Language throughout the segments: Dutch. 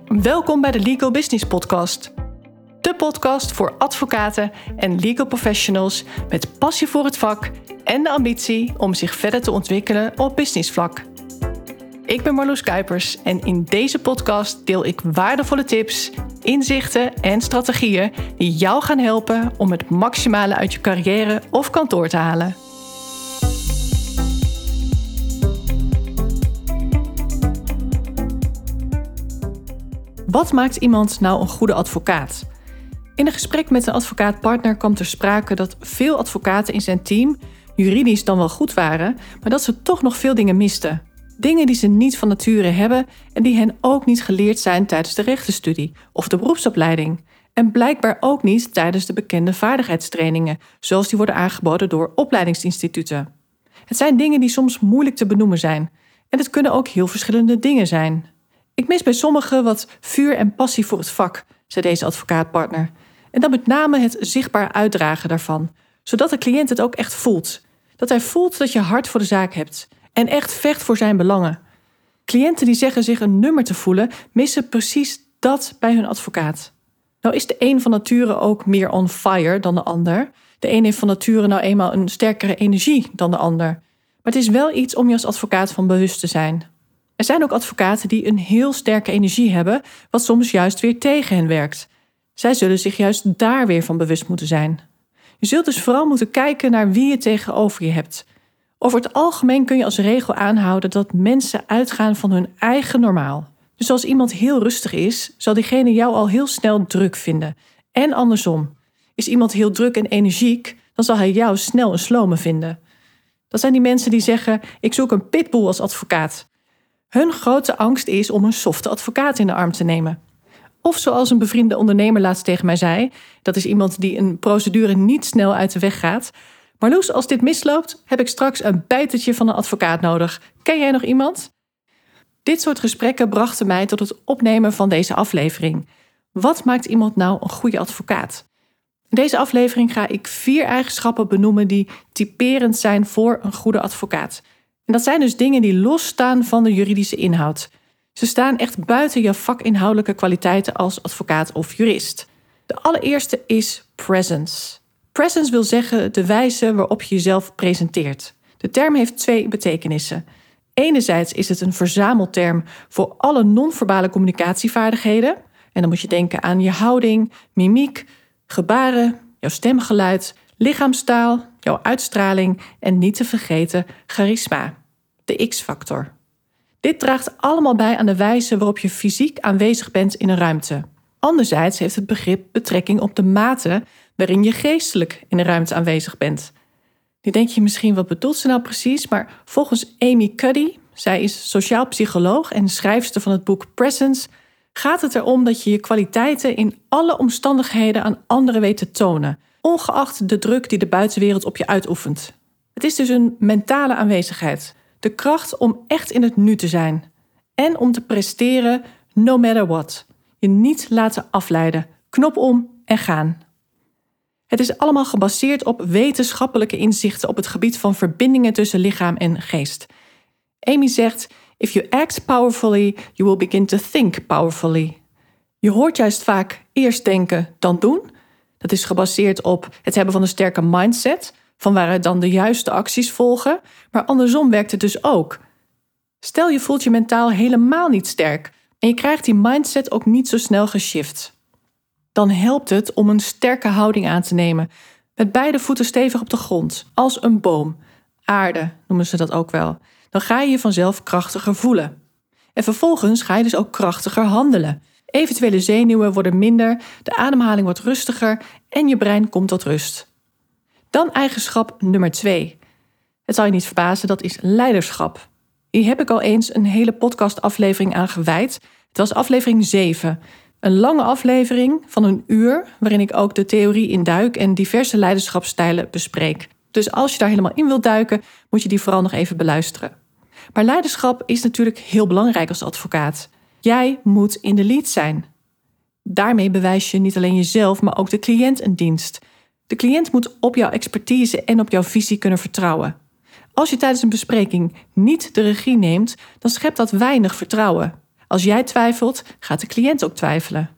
Welkom bij de Legal Business Podcast. De podcast voor advocaten en legal professionals met passie voor het vak en de ambitie om zich verder te ontwikkelen op businessvlak. Ik ben Marloes Kuipers en in deze podcast deel ik waardevolle tips, inzichten en strategieën die jou gaan helpen om het maximale uit je carrière of kantoor te halen. Wat maakt iemand nou een goede advocaat? In een gesprek met een advocaatpartner kwam ter sprake dat veel advocaten in zijn team juridisch dan wel goed waren, maar dat ze toch nog veel dingen misten. Dingen die ze niet van nature hebben en die hen ook niet geleerd zijn tijdens de rechtenstudie of de beroepsopleiding. En blijkbaar ook niet tijdens de bekende vaardigheidstrainingen, zoals die worden aangeboden door opleidingsinstituten. Het zijn dingen die soms moeilijk te benoemen zijn. En het kunnen ook heel verschillende dingen zijn. Ik mis bij sommigen wat vuur en passie voor het vak, zei deze advocaatpartner. En dan met name het zichtbaar uitdragen daarvan, zodat de cliënt het ook echt voelt. Dat hij voelt dat je hart voor de zaak hebt en echt vecht voor zijn belangen. Cliënten die zeggen zich een nummer te voelen, missen precies dat bij hun advocaat. Nou is de een van nature ook meer on fire dan de ander. De een heeft van nature nou eenmaal een sterkere energie dan de ander. Maar het is wel iets om je als advocaat van bewust te zijn. Er zijn ook advocaten die een heel sterke energie hebben, wat soms juist weer tegen hen werkt. Zij zullen zich juist daar weer van bewust moeten zijn. Je zult dus vooral moeten kijken naar wie je tegenover je hebt. Over het algemeen kun je als regel aanhouden dat mensen uitgaan van hun eigen normaal. Dus als iemand heel rustig is, zal diegene jou al heel snel druk vinden. En andersom. Is iemand heel druk en energiek, dan zal hij jou snel een slome vinden. Dat zijn die mensen die zeggen, ik zoek een pitbull als advocaat. Hun grote angst is om een softe advocaat in de arm te nemen. Of zoals een bevriende ondernemer laatst tegen mij zei, dat is iemand die een procedure niet snel uit de weg gaat. Marloes, als dit misloopt, heb ik straks een bijtertje van een advocaat nodig. Ken jij nog iemand? Dit soort gesprekken brachten mij tot het opnemen van deze aflevering. Wat maakt iemand nou een goede advocaat? In deze aflevering ga ik 4 eigenschappen benoemen die typerend zijn voor een goede advocaat. En dat zijn dus dingen die losstaan van de juridische inhoud. Ze staan echt buiten je vakinhoudelijke kwaliteiten als advocaat of jurist. De allereerste is presence. Presence wil zeggen de wijze waarop je jezelf presenteert. De term heeft 2 betekenissen. Enerzijds is het een verzamelterm voor alle non-verbale communicatievaardigheden. En dan moet je denken aan je houding, mimiek, gebaren, jouw stemgeluid, lichaamstaal, jouw uitstraling en niet te vergeten charisma, de X-factor. Dit draagt allemaal bij aan de wijze waarop je fysiek aanwezig bent in een ruimte. Anderzijds heeft het begrip betrekking op de mate waarin je geestelijk in een ruimte aanwezig bent. Nu denk je misschien, wat bedoelt ze nou precies? Maar volgens Amy Cuddy, zij is sociaal psycholoog en schrijfster van het boek Presence, gaat het erom dat je je kwaliteiten in alle omstandigheden aan anderen weet te tonen, ongeacht de druk die de buitenwereld op je uitoefent. Het is dus een mentale aanwezigheid. De kracht om echt in het nu te zijn. En om te presteren no matter what. Je niet laten afleiden. Knop om en gaan. Het is allemaal gebaseerd op wetenschappelijke inzichten op het gebied van verbindingen tussen lichaam en geest. Amy zegt, if you act powerfully, you will begin to think powerfully. Je hoort juist vaak eerst denken dan doen. Dat is gebaseerd op het hebben van een sterke mindset, van waaruit dan de juiste acties volgen. Maar andersom werkt het dus ook. Stel je voelt je mentaal helemaal niet sterk en je krijgt die mindset ook niet zo snel geshift. Dan helpt het om een sterke houding aan te nemen, met beide voeten stevig op de grond, als een boom. Aarde noemen ze dat ook wel. Dan ga je je vanzelf krachtiger voelen. En vervolgens ga je dus ook krachtiger handelen. Eventuele zenuwen worden minder, de ademhaling wordt rustiger en je brein komt tot rust. Dan eigenschap nummer 2. Het zal je niet verbazen, dat is leiderschap. Hier heb ik al eens een hele podcastaflevering aan gewijd. Het was aflevering 7. Een lange aflevering van 1 uur, waarin ik ook de theorie induik en diverse leiderschapsstijlen bespreek. Dus als je daar helemaal in wilt duiken, moet je die vooral nog even beluisteren. Maar leiderschap is natuurlijk heel belangrijk als advocaat. Jij moet in de lead zijn. Daarmee bewijs je niet alleen jezelf, maar ook de cliënt een dienst. De cliënt moet op jouw expertise en op jouw visie kunnen vertrouwen. Als je tijdens een bespreking niet de regie neemt, dan schept dat weinig vertrouwen. Als jij twijfelt, gaat de cliënt ook twijfelen.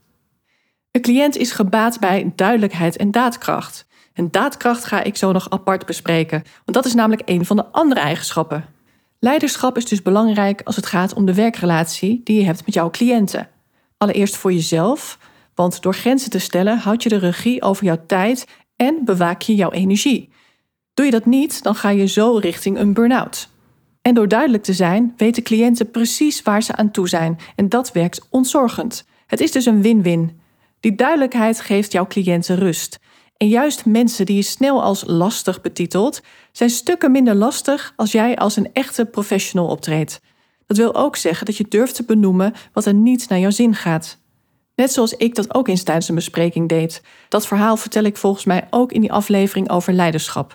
Een cliënt is gebaat bij duidelijkheid en daadkracht. En daadkracht ga ik zo nog apart bespreken, want dat is namelijk een van de andere eigenschappen. Leiderschap is dus belangrijk als het gaat om de werkrelatie die je hebt met jouw cliënten. Allereerst voor jezelf, want door grenzen te stellen houd je de regie over jouw tijd en bewaak je jouw energie. Doe je dat niet, dan ga je zo richting een burn-out. En door duidelijk te zijn, weten cliënten precies waar ze aan toe zijn en dat werkt ontzorgend. Het is dus een win-win. Die duidelijkheid geeft jouw cliënten rust. En juist mensen die je snel als lastig betitelt, zijn stukken minder lastig als jij als een echte professional optreedt. Dat wil ook zeggen dat je durft te benoemen wat er niet naar jouw zin gaat. Net zoals ik dat ook eens tijdens een bespreking deed. Dat verhaal vertel ik volgens mij ook in die aflevering over leiderschap.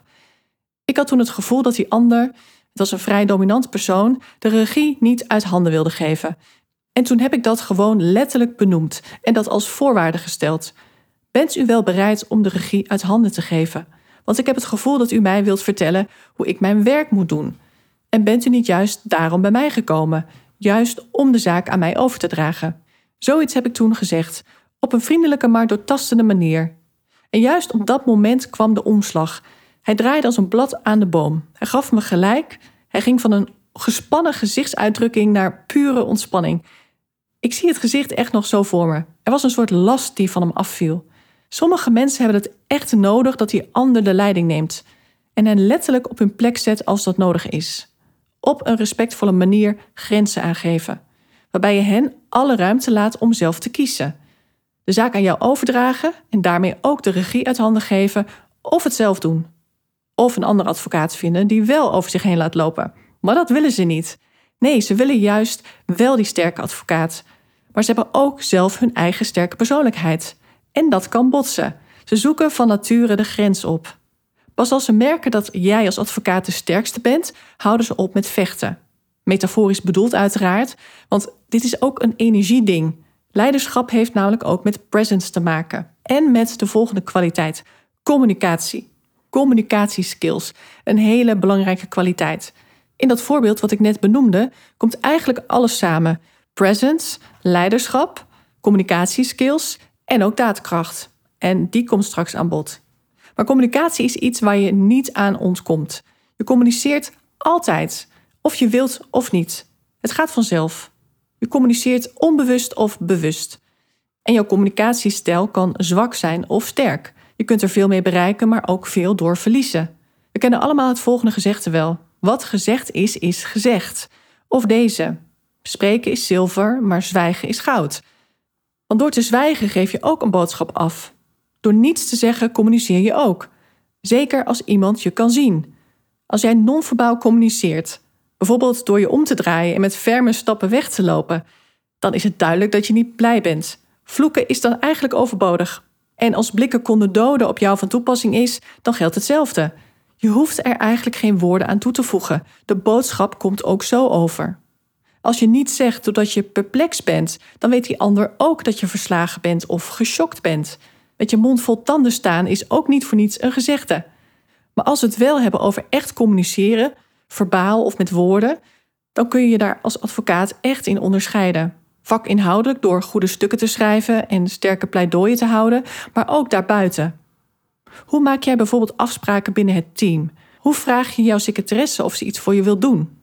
Ik had toen het gevoel dat die ander, het was een vrij dominant persoon, de regie niet uit handen wilde geven. En toen heb ik dat gewoon letterlijk benoemd en dat als voorwaarde gesteld. Bent u wel bereid om de regie uit handen te geven? Want ik heb het gevoel dat u mij wilt vertellen hoe ik mijn werk moet doen. En bent u niet juist daarom bij mij gekomen? Juist om de zaak aan mij over te dragen. Zoiets heb ik toen gezegd, op een vriendelijke maar doortastende manier. En juist op dat moment kwam de omslag. Hij draaide als een blad aan de boom. Hij gaf me gelijk. Hij ging van een gespannen gezichtsuitdrukking naar pure ontspanning. Ik zie het gezicht echt nog zo voor me. Er was een soort last die van hem afviel. Sommige mensen hebben het echt nodig dat die ander de leiding neemt. En hen letterlijk op hun plek zet als dat nodig is. Op een respectvolle manier grenzen aangeven. Waarbij je hen alle ruimte laat om zelf te kiezen. De zaak aan jou overdragen en daarmee ook de regie uit handen geven of het zelf doen. Of een andere advocaat vinden die wel over zich heen laat lopen. Maar dat willen ze niet. Nee, ze willen juist wel die sterke advocaat. Maar ze hebben ook zelf hun eigen sterke persoonlijkheid. En dat kan botsen. Ze zoeken van nature de grens op. Pas als ze merken dat jij als advocaat de sterkste bent, houden ze op met vechten. Metaforisch bedoeld uiteraard, want dit is ook een energieding. Leiderschap heeft namelijk ook met presence te maken. En met de volgende kwaliteit: communicatie. Communicatieskills, een hele belangrijke kwaliteit. In dat voorbeeld wat ik net benoemde, komt eigenlijk alles samen. Presence, leiderschap, communicatieskills en ook daadkracht. En die komt straks aan bod. Maar communicatie is iets waar je niet aan ontkomt. Je communiceert altijd, of je wilt of niet. Het gaat vanzelf. Je communiceert onbewust of bewust. En jouw communicatiestijl kan zwak zijn of sterk. Je kunt er veel mee bereiken, maar ook veel door verliezen. We kennen allemaal het volgende gezegde wel. Wat gezegd is, is gezegd. Of deze. Spreken is zilver, maar zwijgen is goud. Want door te zwijgen geef je ook een boodschap af. Door niets te zeggen communiceer je ook. Zeker als iemand je kan zien. Als jij non-verbaal communiceert, bijvoorbeeld door je om te draaien en met ferme stappen weg te lopen, dan is het duidelijk dat je niet blij bent. Vloeken is dan eigenlijk overbodig. En als blikken konden doden op jou van toepassing is, dan geldt hetzelfde. Je hoeft er eigenlijk geen woorden aan toe te voegen. De boodschap komt ook zo over. Als je niets zegt doordat je perplex bent, dan weet die ander ook dat je verslagen bent of geschokt bent. Met je mond vol tanden staan is ook niet voor niets een gezegde. Maar als we het wel hebben over echt communiceren, verbaal of met woorden, dan kun je je daar als advocaat echt in onderscheiden. Vakinhoudelijk door goede stukken te schrijven en sterke pleidooien te houden, maar ook daarbuiten. Hoe maak jij bijvoorbeeld afspraken binnen het team? Hoe vraag je jouw secretaresse of ze iets voor je wil doen?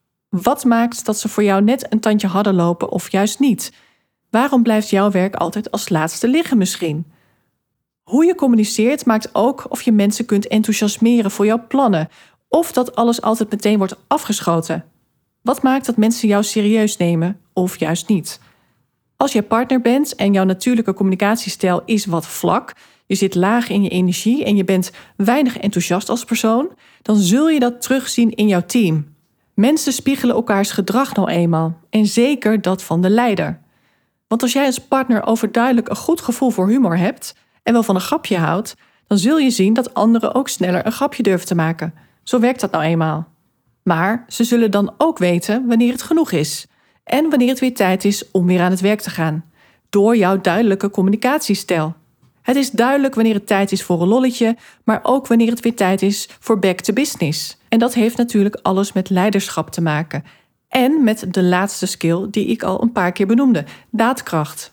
Wat maakt dat ze voor jou net een tandje harder lopen of juist niet? Waarom blijft jouw werk altijd als laatste liggen misschien? Hoe je communiceert maakt ook of je mensen kunt enthousiasmeren voor jouw plannen, of dat alles altijd meteen wordt afgeschoten. Wat maakt dat mensen jou serieus nemen of juist niet? Als jij partner bent en jouw natuurlijke communicatiestijl is wat vlak, je zit laag in je energie en je bent weinig enthousiast als persoon, dan zul je dat terugzien in jouw team. Mensen spiegelen elkaars gedrag nou eenmaal, en zeker dat van de leider. Want als jij als partner overduidelijk een goed gevoel voor humor hebt en wel van een grapje houdt, dan zul je zien dat anderen ook sneller een grapje durven te maken. Zo werkt dat nou eenmaal. Maar ze zullen dan ook weten wanneer het genoeg is en wanneer het weer tijd is om weer aan het werk te gaan. Door jouw duidelijke communicatiestijl. Het is duidelijk wanneer het tijd is voor een lolletje, maar ook wanneer het weer tijd is voor back to business. En dat heeft natuurlijk alles met leiderschap te maken. En met de laatste skill die ik al een paar keer benoemde, daadkracht.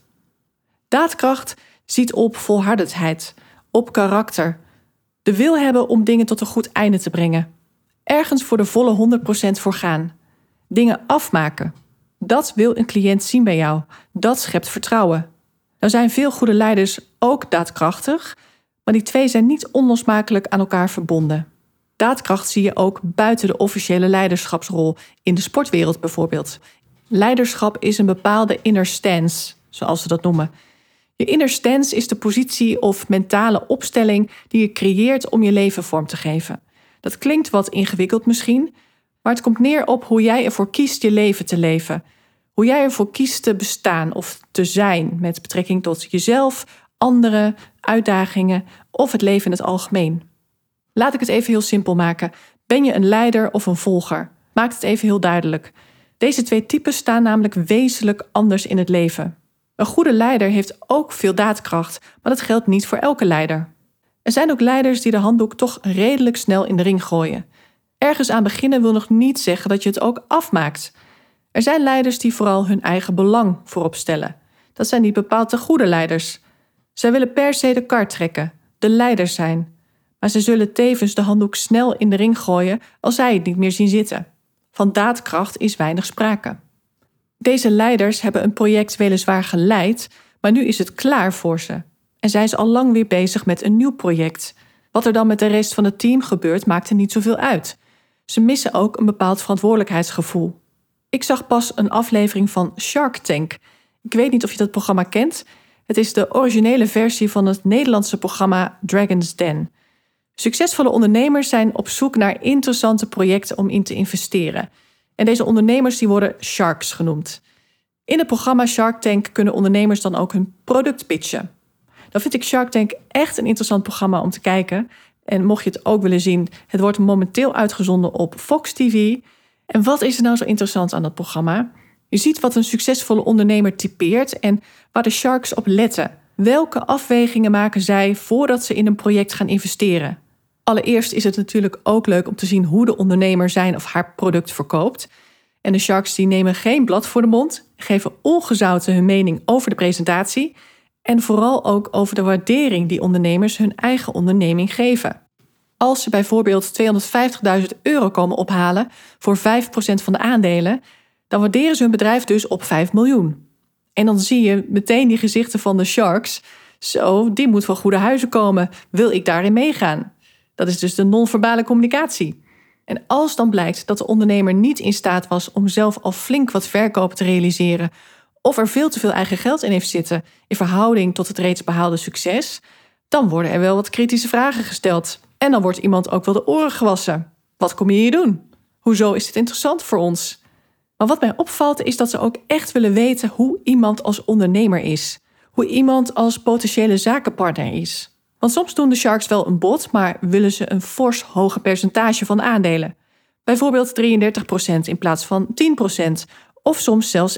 Daadkracht ziet op volhardendheid, op karakter. De wil hebben om dingen tot een goed einde te brengen. Ergens voor de volle 100% voor gaan. Dingen afmaken. Dat wil een cliënt zien bij jou. Dat schept vertrouwen. Nou zijn veel goede leiders ook daadkrachtig, maar die twee zijn niet onlosmakelijk aan elkaar verbonden. Daadkracht zie je ook buiten de officiële leiderschapsrol, in de sportwereld bijvoorbeeld. Leiderschap is een bepaalde inner stance, zoals ze dat noemen. Je inner stance is de positie of mentale opstelling die je creëert om je leven vorm te geven. Dat klinkt wat ingewikkeld misschien, maar het komt neer op hoe jij ervoor kiest je leven te leven. Hoe jij ervoor kiest te bestaan of te zijn met betrekking tot jezelf, anderen, uitdagingen of het leven in het algemeen. Laat ik het even heel simpel maken. Ben je een leider of een volger? Maak het even heel duidelijk. Deze twee types staan namelijk wezenlijk anders in het leven. Een goede leider heeft ook veel daadkracht, maar dat geldt niet voor elke leider. Er zijn ook leiders die de handdoek toch redelijk snel in de ring gooien. Ergens aan beginnen wil nog niet zeggen dat je het ook afmaakt. Er zijn leiders die vooral hun eigen belang voorop stellen. Dat zijn niet bepaald de goede leiders. Zij willen per se de kar trekken, de leider zijn. Maar ze zullen tevens de handdoek snel in de ring gooien als zij het niet meer zien zitten. Van daadkracht is weinig sprake. Deze leiders hebben een project weliswaar geleid, maar nu is het klaar voor ze. En zijn ze al lang weer bezig met een nieuw project. Wat er dan met de rest van het team gebeurt, maakt er niet zoveel uit. Ze missen ook een bepaald verantwoordelijkheidsgevoel. Ik zag pas een aflevering van Shark Tank. Ik weet niet of je dat programma kent. Het is de originele versie van het Nederlandse programma Dragon's Den. Succesvolle ondernemers zijn op zoek naar interessante projecten om in te investeren. En deze ondernemers die worden sharks genoemd. In het programma Shark Tank kunnen ondernemers dan ook hun product pitchen. Dan vind ik Shark Tank echt een interessant programma om te kijken. En mocht je het ook willen zien, het wordt momenteel uitgezonden op Fox TV. En wat is er nou zo interessant aan dat programma? Je ziet wat een succesvolle ondernemer typeert en waar de sharks op letten. Welke afwegingen maken zij voordat ze in een project gaan investeren? Allereerst is het natuurlijk ook leuk om te zien hoe de ondernemer zijn of haar product verkoopt. En de sharks die nemen geen blad voor de mond, geven ongezouten hun mening over de presentatie en vooral ook over de waardering die ondernemers hun eigen onderneming geven. Als ze bijvoorbeeld €250.000 komen ophalen voor 5% van de aandelen, dan waarderen ze hun bedrijf dus op 5 miljoen. En dan zie je meteen die gezichten van de sharks. Zo, die moet van goede huizen komen. Wil ik daarin meegaan? Dat is dus de non-verbale communicatie. En als dan blijkt dat de ondernemer niet in staat was om zelf al flink wat verkopen te realiseren, of er veel te veel eigen geld in heeft zitten in verhouding tot het reeds behaalde succes, dan worden er wel wat kritische vragen gesteld. En dan wordt iemand ook wel de oren gewassen. Wat kom je hier doen? Hoezo is dit interessant voor ons? Maar wat mij opvalt is dat ze ook echt willen weten hoe iemand als ondernemer is. Hoe iemand als potentiële zakenpartner is. Want soms doen de sharks wel een bod, maar willen ze een fors hoger percentage van de aandelen. Bijvoorbeeld 33% in plaats van 10%, of soms zelfs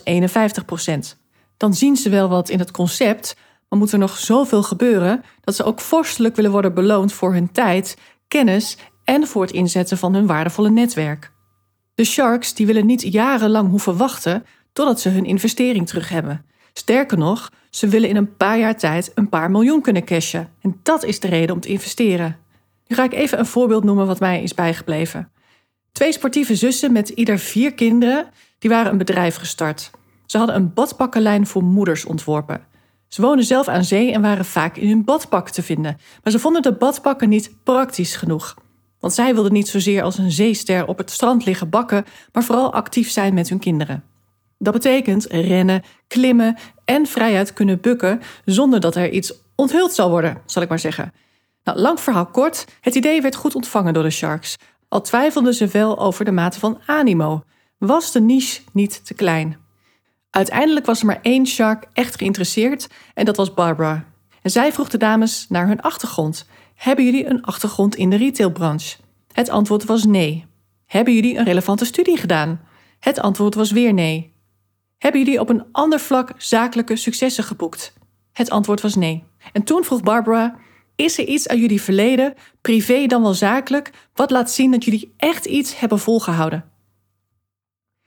51%. Dan zien ze wel wat in het concept, maar moet er nog zoveel gebeuren dat ze ook vorstelijk willen worden beloond voor hun tijd, kennis en voor het inzetten van hun waardevolle netwerk. De sharks die willen niet jarenlang hoeven wachten totdat ze hun investering terug hebben. Sterker nog, ze willen in een paar jaar tijd een paar miljoen kunnen cashen. En dat is de reden om te investeren. Nu ga ik even een voorbeeld noemen wat mij is bijgebleven. 2 sportieve zussen met ieder 4 kinderen, die waren een bedrijf gestart. Ze hadden een badpakkenlijn voor moeders ontworpen. Ze woonden zelf aan zee en waren vaak in hun badpak te vinden. Maar ze vonden de badpakken niet praktisch genoeg. Want zij wilden niet zozeer als een zeester op het strand liggen bakken, maar vooral actief zijn met hun kinderen. Dat betekent rennen, klimmen en vrijuit kunnen bukken zonder dat er iets onthuld zal worden, zal ik maar zeggen. Nou, lang verhaal kort, het idee werd goed ontvangen door de sharks. Al twijfelden ze wel over de mate van animo. Was de niche niet te klein? Uiteindelijk was er maar 1 shark echt geïnteresseerd en dat was Barbara. En zij vroeg de dames naar hun achtergrond. Hebben jullie een achtergrond in de retailbranche? Het antwoord was nee. Hebben jullie een relevante studie gedaan? Het antwoord was weer nee. Hebben jullie op een ander vlak zakelijke successen geboekt? Het antwoord was nee. En toen vroeg Barbara, is er iets uit jullie verleden, privé dan wel zakelijk, wat laat zien dat jullie echt iets hebben volgehouden?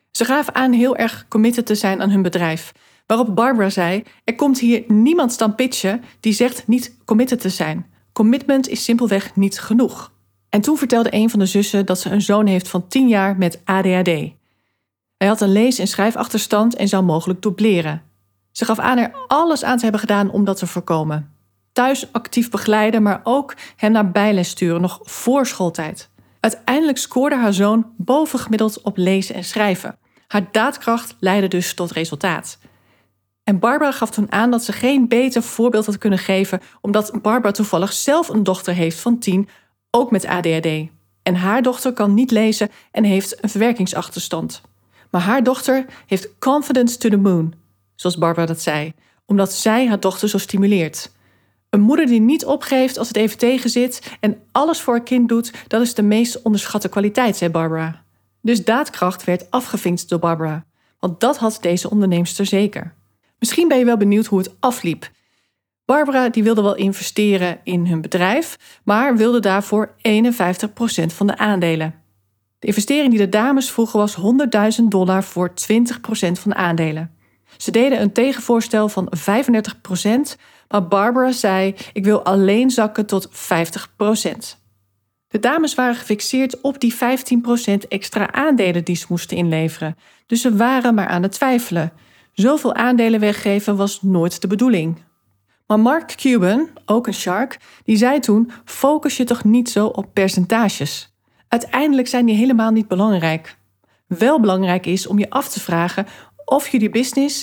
Ze gaven aan heel erg committed te zijn aan hun bedrijf. Waarop Barbara zei, er komt hier niemand staan pitchen die zegt niet committed te zijn. Commitment is simpelweg niet genoeg. En toen vertelde een van de zussen dat ze een zoon heeft van 10 jaar met ADHD. Hij had een lees- en schrijfachterstand en zou mogelijk dubleren. Ze gaf aan er alles aan te hebben gedaan om dat te voorkomen. Thuis actief begeleiden, maar ook hem naar bijles sturen, nog voor schooltijd. Uiteindelijk scoorde haar zoon bovengemiddeld op lezen en schrijven. Haar daadkracht leidde dus tot resultaat. En Barbara gaf toen aan dat ze geen beter voorbeeld had kunnen geven, omdat Barbara toevallig zelf een dochter heeft van 10, ook met ADHD. En haar dochter kan niet lezen en heeft een verwerkingsachterstand. Maar haar dochter heeft confidence to the moon, zoals Barbara dat zei, omdat zij haar dochter zo stimuleert. Een moeder die niet opgeeft als het even tegen zit en alles voor haar kind doet, dat is de meest onderschatte kwaliteit, zei Barbara. Dus daadkracht werd afgevinkt door Barbara, want dat had deze onderneemster zeker. Misschien ben je wel benieuwd hoe het afliep. Barbara die wilde wel investeren in hun bedrijf, maar wilde daarvoor 51% van de aandelen. De investering die de dames vroegen was $100.000 voor 20% van de aandelen. Ze deden een tegenvoorstel van 35%, maar Barbara zei, ik wil alleen zakken tot 50%. De dames waren gefixeerd op die 15% extra aandelen die ze moesten inleveren, dus ze waren maar aan het twijfelen. Zoveel aandelen weggeven was nooit de bedoeling. Maar Mark Cuban, ook een shark, die zei toen, focus je toch niet zo op percentages. Uiteindelijk zijn die helemaal niet belangrijk. Wel belangrijk is om je af te vragen of jullie business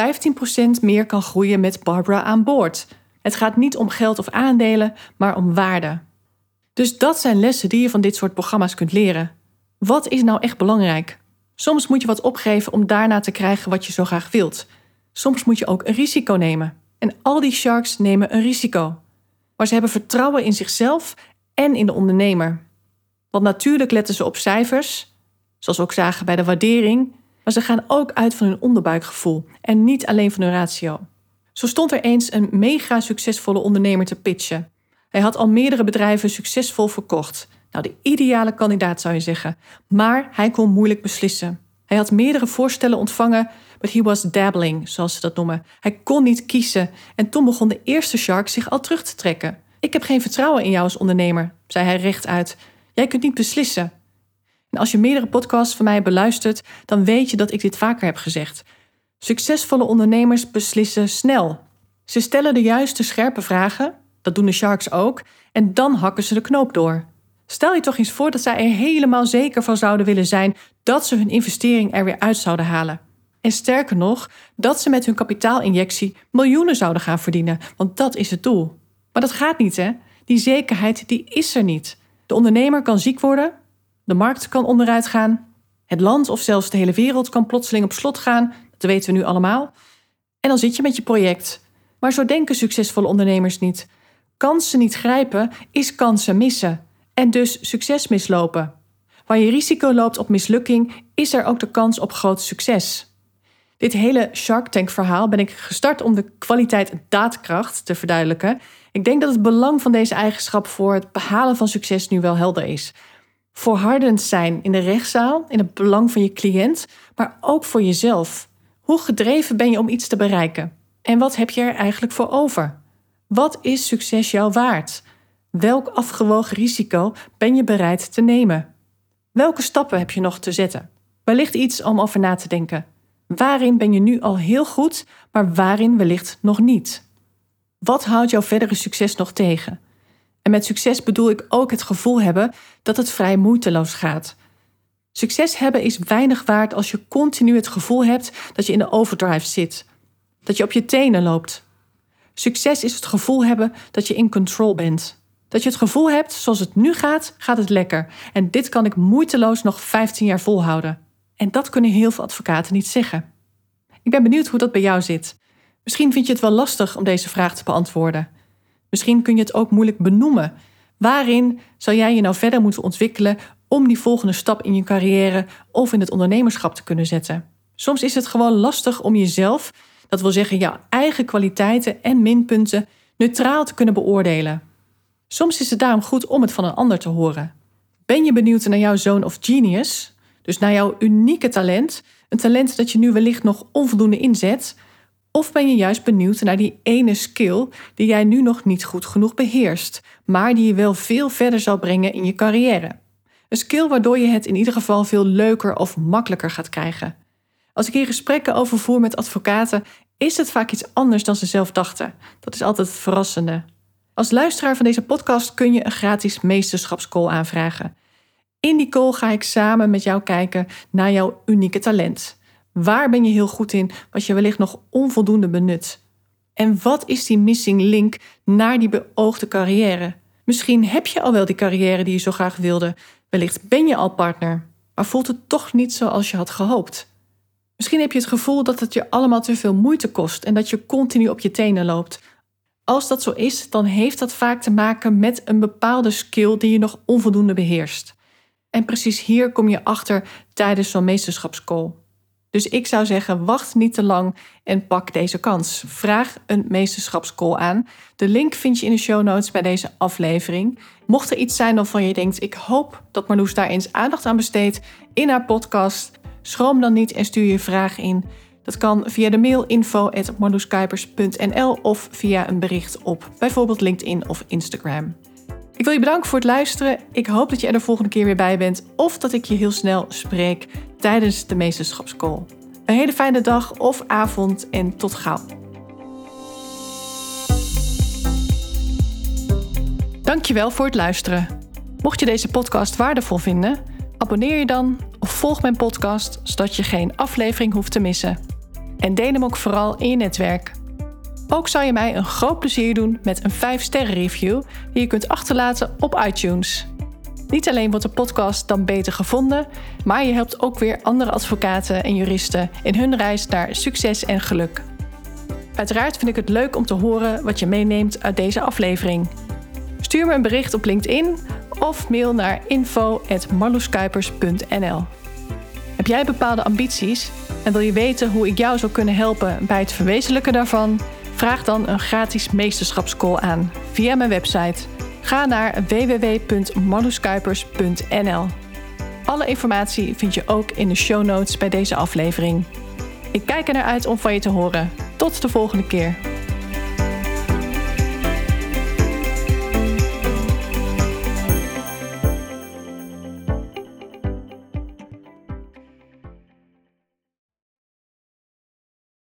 15% meer kan groeien met Barbara aan boord. Het gaat niet om geld of aandelen, maar om waarde. Dus dat zijn lessen die je van dit soort programma's kunt leren. Wat is nou echt belangrijk? Soms moet je wat opgeven om daarna te krijgen wat je zo graag wilt. Soms moet je ook een risico nemen. En al die sharks nemen een risico. Maar ze hebben vertrouwen in zichzelf en in de ondernemer. Want natuurlijk letten ze op cijfers, zoals we ook zagen bij de waardering, maar ze gaan ook uit van hun onderbuikgevoel en niet alleen van hun ratio. Zo stond er eens een mega succesvolle ondernemer te pitchen. Hij had al meerdere bedrijven succesvol verkocht. Nou, de ideale kandidaat zou je zeggen. Maar hij kon moeilijk beslissen. Hij had meerdere voorstellen ontvangen, but he was dabbling, zoals ze dat noemen. Hij kon niet kiezen en toen begon de eerste shark zich al terug te trekken. Ik heb geen vertrouwen in jou als ondernemer, zei hij rechtuit. Jij kunt niet beslissen. En als je meerdere podcasts van mij beluistert, dan weet je dat ik dit vaker heb gezegd. Succesvolle ondernemers beslissen snel. Ze stellen de juiste scherpe vragen, dat doen de sharks ook, en dan hakken ze de knoop door. Stel je toch eens voor dat zij er helemaal zeker van zouden willen zijn dat ze hun investering er weer uit zouden halen. En sterker nog, dat ze met hun kapitaalinjectie miljoenen zouden gaan verdienen, want dat is het doel. Maar dat gaat niet, hè? Die zekerheid, die is er niet. De ondernemer kan ziek worden, de markt kan onderuit gaan, het land of zelfs de hele wereld kan plotseling op slot gaan, dat weten we nu allemaal. En dan zit je met je project. Maar zo denken succesvolle ondernemers niet. Kansen niet grijpen is kansen missen. En dus succes mislopen. Waar je risico loopt op mislukking, is er ook de kans op groot succes. Dit hele Shark Tank verhaal ben ik gestart om de kwaliteit en daadkracht te verduidelijken. Ik denk dat het belang van deze eigenschap voor het behalen van succes nu wel helder is. Volhardend zijn in de rechtszaal, in het belang van je cliënt, maar ook voor jezelf. Hoe gedreven ben je om iets te bereiken? En wat heb je er eigenlijk voor over? Wat is succes jou waard? Welk afgewogen risico ben je bereid te nemen? Welke stappen heb je nog te zetten? Wellicht iets om over na te denken. Waarin ben je nu al heel goed, maar waarin wellicht nog niet? Wat houdt jouw verdere succes nog tegen? En met succes bedoel ik ook het gevoel hebben dat het vrij moeiteloos gaat. Succes hebben is weinig waard als je continu het gevoel hebt dat je in de overdrive zit. Dat je op je tenen loopt. Succes is het gevoel hebben dat je in control bent. Dat je het gevoel hebt, zoals het nu gaat, gaat het lekker. En dit kan ik moeiteloos nog 15 jaar volhouden. En dat kunnen heel veel advocaten niet zeggen. Ik ben benieuwd hoe dat bij jou zit. Misschien vind je het wel lastig om deze vraag te beantwoorden. Misschien kun je het ook moeilijk benoemen. Waarin zou jij je nou verder moeten ontwikkelen om die volgende stap in je carrière of in het ondernemerschap te kunnen zetten? Soms is het gewoon lastig om jezelf, dat wil zeggen jouw eigen kwaliteiten en minpunten, neutraal te kunnen beoordelen. Soms is het daarom goed om het van een ander te horen. Ben je benieuwd naar jouw zone of genius, dus naar jouw unieke talent? Een talent dat je nu wellicht nog onvoldoende inzet? Of ben je juist benieuwd naar die ene skill die jij nu nog niet goed genoeg beheerst, maar die je wel veel verder zal brengen in je carrière? Een skill waardoor je het in ieder geval veel leuker of makkelijker gaat krijgen. Als ik hier gesprekken over voer met advocaten, is het vaak iets anders dan ze zelf dachten. Dat is altijd het verrassende. Als luisteraar van deze podcast kun je een gratis meesterschapscall aanvragen. In die call ga ik samen met jou kijken naar jouw unieke talent. Waar ben je heel goed in, wat je wellicht nog onvoldoende benut? En wat is die missing link naar die beoogde carrière? Misschien heb je al wel die carrière die je zo graag wilde. Wellicht ben je al partner, maar voelt het toch niet zoals je had gehoopt. Misschien heb je het gevoel dat het je allemaal te veel moeite kost en dat je continu op je tenen loopt. Als dat zo is, dan heeft dat vaak te maken met een bepaalde skill die je nog onvoldoende beheerst. En precies hier kom je achter tijdens zo'n meesterschapscall. Dus ik zou zeggen, wacht niet te lang en pak deze kans. Vraag een meesterschapscall aan. De link vind je in de show notes bij deze aflevering. Mocht er iets zijn waarvan je denkt, ik hoop dat Marloes daar eens aandacht aan besteedt in haar podcast, schroom dan niet en stuur je vraag in. Dat kan via de mail info@marloeskuipers.nl of via een bericht op bijvoorbeeld LinkedIn of Instagram. Ik wil je bedanken voor het luisteren. Ik hoop dat je er de volgende keer weer bij bent of dat ik je heel snel spreek tijdens de meesterschapscall. Een hele fijne dag of avond en tot gauw. Dankjewel voor het luisteren. Mocht je deze podcast waardevol vinden, abonneer je dan of volg mijn podcast zodat je geen aflevering hoeft te missen. En deel hem ook vooral in je netwerk. Ook zou je mij een groot plezier doen met een 5-sterren review die je kunt achterlaten op iTunes. Niet alleen wordt de podcast dan beter gevonden, maar je helpt ook weer andere advocaten en juristen in hun reis naar succes en geluk. Uiteraard vind ik het leuk om te horen wat je meeneemt uit deze aflevering. Stuur me een bericht op LinkedIn of mail naar info@marloeskuipers.nl. Heb jij bepaalde ambities en wil je weten hoe ik jou zou kunnen helpen bij het verwezenlijken daarvan? Vraag dan een gratis meesterschapscall aan via mijn website. Ga naar www.marloeskuipers.nl. Alle informatie vind je ook in de show notes bij deze aflevering. Ik kijk er naar uit om van je te horen. Tot de volgende keer.